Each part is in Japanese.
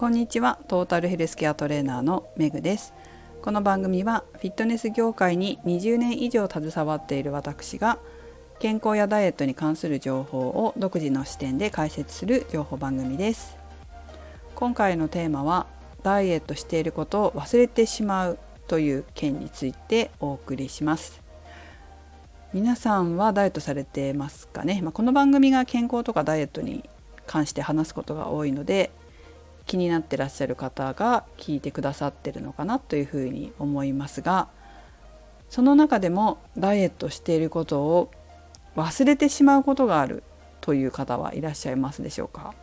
こんにちは。トータルヘルスケアトレーナーのめぐです。この番組はフィットネス業界に20年以上携わっている私が健康やダイエットに関する情報を独自の視点で解説する情報番組です。今回のテーマはダイエットしていることを忘れてしまうという件についてお送りします。皆さんはダイエットされてますかね。この番組が健康とかダイエットに関して話すことが多いので、気になってらっしゃる方が聞いてくださってるのかなというふうに思いますが、その中でもダイエットしていることを忘れてしまうことがあるという方はいらっしゃいますでしょうか。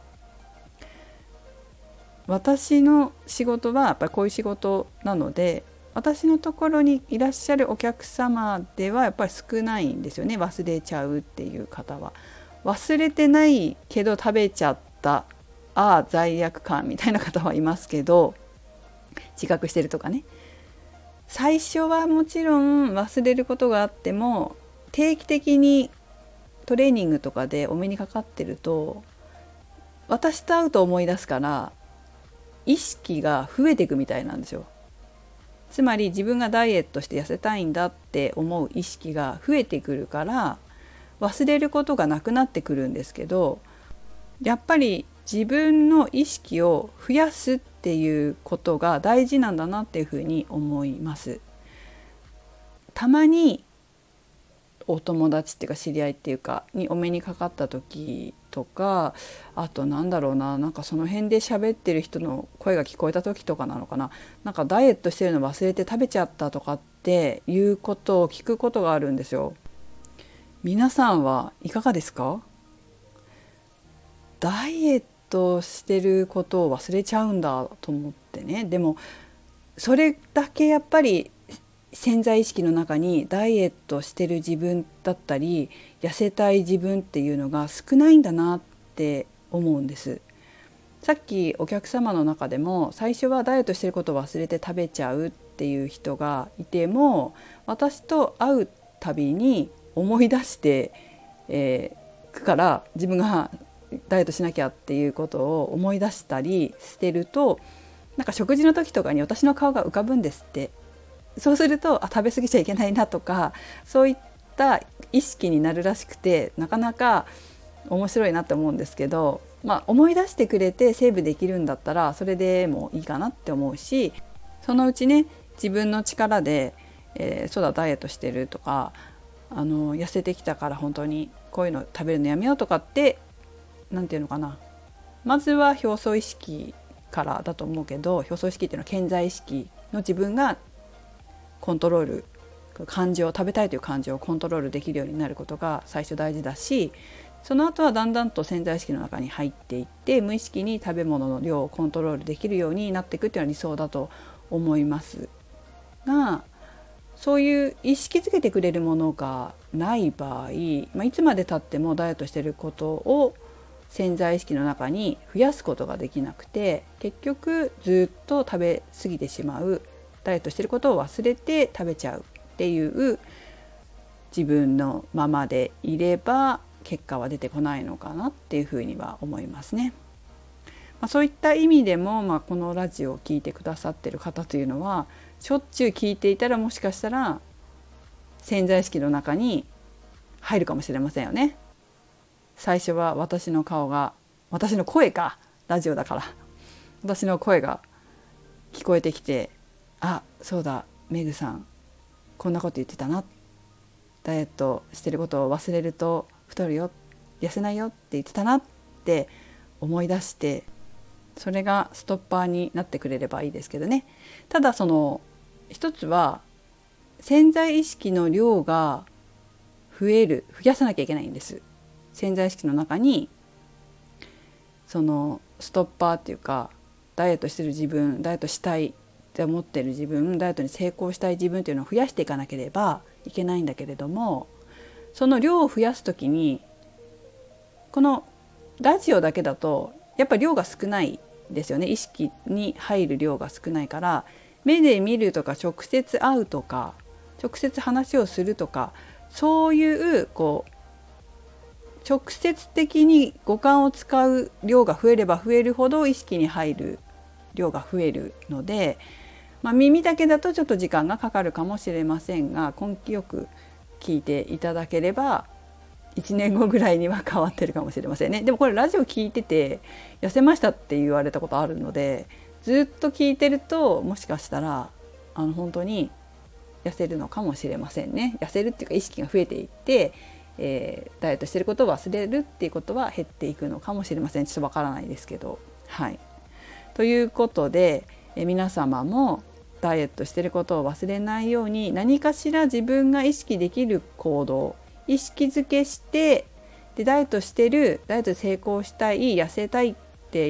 私の仕事はやっぱりこういう仕事なので、私のところにいらっしゃるお客様ではやっぱり少ないんですよね。忘れちゃうっていう方は。忘れてないけど食べちゃった、罪悪感みたいな方はいますけど、自覚してるとかね。最初はもちろん忘れることがあっても、定期的にトレーニングとかでお目にかかってると、私と会うと思い出すから意識が増えていくみたいなんですよ。つまり自分がダイエットして痩せたいんだって思う意識が増えてくるから忘れることがなくなってくるんですけど、やっぱり自分の意識を増やすっていうことが大事なんだなっていうふうに思います。たまにお友達っていうか知り合いっていうかにお目にかかった時とか、あとなんかその辺で喋ってる人の声が聞こえた時とかなのかな、なんかダイエットしてるの忘れて食べちゃったとかっていうことを聞くことがあるんですよ。皆さんはいかがですか？ダイエットしてることを忘れちゃうんだと思ってね。でもそれだけやっぱり潜在意識の中にダイエットしてる自分だったり痩せたい自分っていうのが少ないんだなって思うんです。さっきお客様の中でも最初はダイエットしてることを忘れて食べちゃうっていう人がいても、私と会うたびに思い出して、から自分がダイエットしなきゃっていうことを思い出したりしてると、なんか食事の時とかに私の顔が浮かぶんですって。そうすると食べ過ぎちゃいけないなとか、そういった意識になるらしくて、なかなか面白いなって思うんですけど、思い出してくれてセーブできるんだったらそれでもいいかなって思うし、そのうちね、自分の力で、そうだダイエットしてるとか、痩せてきたから本当にこういうの食べるのやめようとかって、なんていうのかな、まずは表層意識からだと思うけど、表層意識っていうのは潜在意識の自分がコントロール、感情、食べたいという感情をコントロールできるようになることが最初大事だし、その後はだんだんと潜在意識の中に入っていって無意識に食べ物の量をコントロールできるようになっていくっていうのは理想だと思いますが、そういう意識づけてくれるものがない場合、いつまで経ってもダイエットしていることを潜在意識の中に増やすことができなくて、結局ずっと食べ過ぎてしまう、ダイエットしてることを忘れて食べちゃうっていう自分のままでいれば結果は出てこないのかなっていうふうには思いますね。そういった意味でも、このラジオを聞いてくださってる方というのはしょっちゅう聞いていたら、もしかしたら潜在意識の中に入るかもしれませんよね。最初は私の声が、ラジオだから私の声が聞こえてきて、そうだ、メグさんこんなこと言ってたな、ダイエットしてることを忘れると太るよ、痩せないよって言ってたなって思い出して、それがストッパーになってくれればいいですけどね。ただその一つは潜在意識の量が増やさなきゃいけないんです。潜在意識の中にそのストッパーっていうか、ダイエットしてる自分、ダイエットしたいって思ってる自分、ダイエットに成功したい自分っていうのを増やしていかなければいけないんだけれども、その量を増やすときにこのラジオだけだとやっぱり量が少ないですよね。意識に入る量が少ないから、目で見るとか直接会うとか直接話をするとか、そういう直接的に五感を使う量が増えれば増えるほど意識に入る量が増えるので、耳だけだとちょっと時間がかかるかもしれませんが、根気よく聞いていただければ1年後ぐらいには変わってるかもしれませんね。でもこれラジオ聞いてて痩せましたって言われたことあるので、ずっと聞いてるともしかしたら本当に痩せるのかもしれませんね。痩せるっていうか意識が増えていって、ダイエットしてることを忘れるっていうことは減っていくのかもしれません。ちょっとわからないですけど、はい。ということで、皆様もダイエットしてることを忘れないように、何かしら自分が意識できる行動、意識づけして、でダイエットしてる、ダイエットで成功したい、痩せたいって、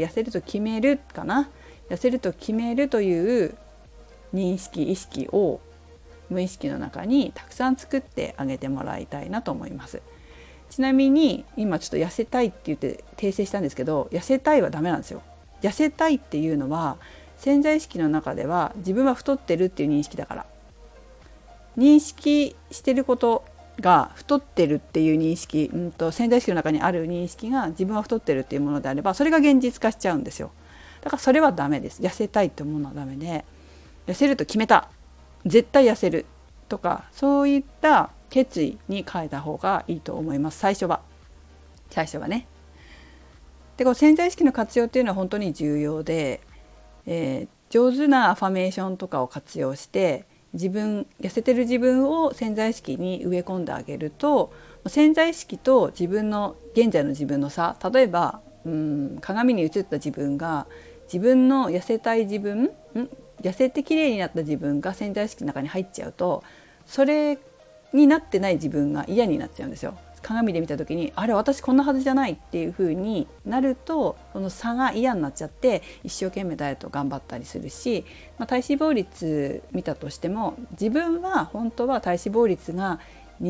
痩せると決めるかな、痩せると決めるという認識、意識を無意識の中にたくさん作ってあげてもらいたいなと思います。ちなみに今ちょっと痩せたいって言って訂正したんですけど、痩せたいはダメなんですよ。痩せたいっていうのは潜在意識の中では自分は太ってるっていう認識だから、認識してることが太ってるっていう認識、潜在意識の中にある認識が自分は太ってるっていうものであれば、それが現実化しちゃうんですよ。だからそれはダメです。痩せたいって思うのはダメで、痩せると決めた、絶対痩せるとか、そういった決意に変えた方がいいと思います。最初はね。で、この潜在意識の活用っていうのは本当に重要で、上手なアファメーションとかを活用して痩せてる自分を潜在意識に植え込んであげると、潜在意識と自分の現在の自分の差、例えば鏡に映った自分が自分の痩せたい自分、痩せて綺麗になった自分が潜在意識の中に入っちゃうと、それになってない自分が嫌になっちゃうんですよ。鏡で見た時にあれ私こんなはずじゃないっていう風になると、その差が嫌になっちゃって一生懸命ダイエット頑張ったりするし、体脂肪率見たとしても自分は本当は体脂肪率が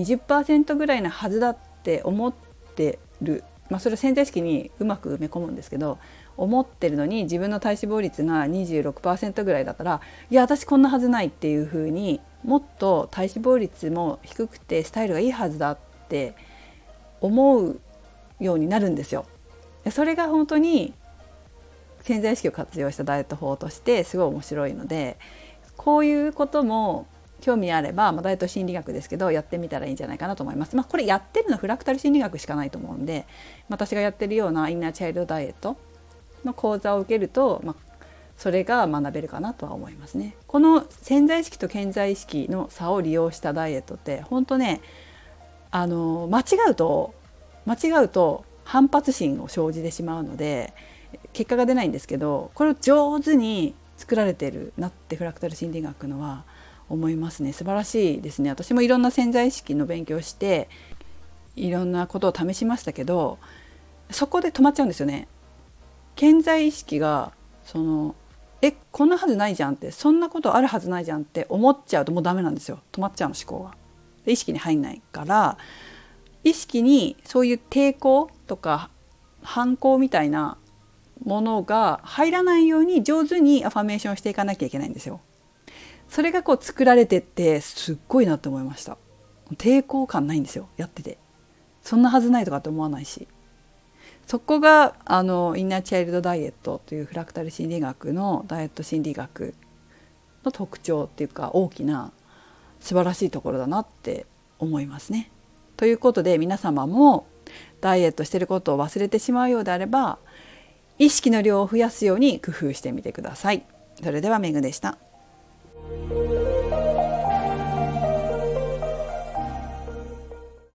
20% ぐらいなはずだって思ってる、それは潜在意識にうまく埋め込むんですけど、思ってるのに自分の体脂肪率が 26% ぐらいだったら、いや私こんなはずないっていう風に、もっと体脂肪率も低くてスタイルがいいはずだって思うようになるんですよ。それが本当に潜在意識を活用したダイエット法としてすごい面白いので、こういうことも興味あれば、ダイエット心理学ですけどやってみたらいいんじゃないかなと思います。これやってるのはフラクタル心理学しかないと思うんで、私がやってるようなインナーチャイルドダイエットの講座を受けると、それが学べるかなとは思いますね。この潜在意識と顕在意識の差を利用したダイエットって本当ね、間違うと反発心を生じてしまうので結果が出ないんですけど、これを上手に作られてるなってフラクタル心理学のは思いますね。素晴らしいですね。私もいろんな潜在意識の勉強していろんなことを試しましたけど、そこで止まっちゃうんですよね。顕在意識がこんなはずないじゃんって、そんなことあるはずないじゃんって思っちゃうともうダメなんですよ。止まっちゃうの、思考が。意識に入んないから、意識にそういう抵抗とか反抗みたいなものが入らないように上手にアファメーションしていかなきゃいけないんですよ。それが作られてってすっごいなって思いました。抵抗感ないんですよ、やってて。そんなはずないとかって思わないし、そこがインナーチャイルドダイエットというフラクタル心理学のダイエット心理学の特徴っていうか、大きな素晴らしいところだなって思いますね。ということで、皆様もダイエットしてることを忘れてしまうようであれば、意識の量を増やすように工夫してみてください。それではめぐでした。